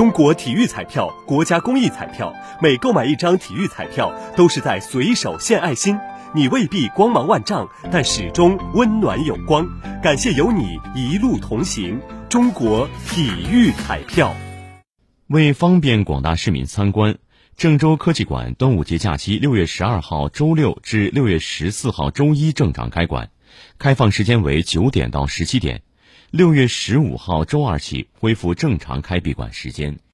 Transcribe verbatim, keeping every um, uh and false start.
中国体育彩票，国家公益彩票，每购买一张体育彩票，都是在随手献爱心。你未必光芒万丈，但始终温暖有光。感谢有你一路同行。中国体育彩票。 为方便广大市民参观，郑州科技馆端午节假期六月十二号周六至六月十四号周一正常开馆，开放时间为九点到十七点。六月十五号周二起恢复正常开闭馆时间。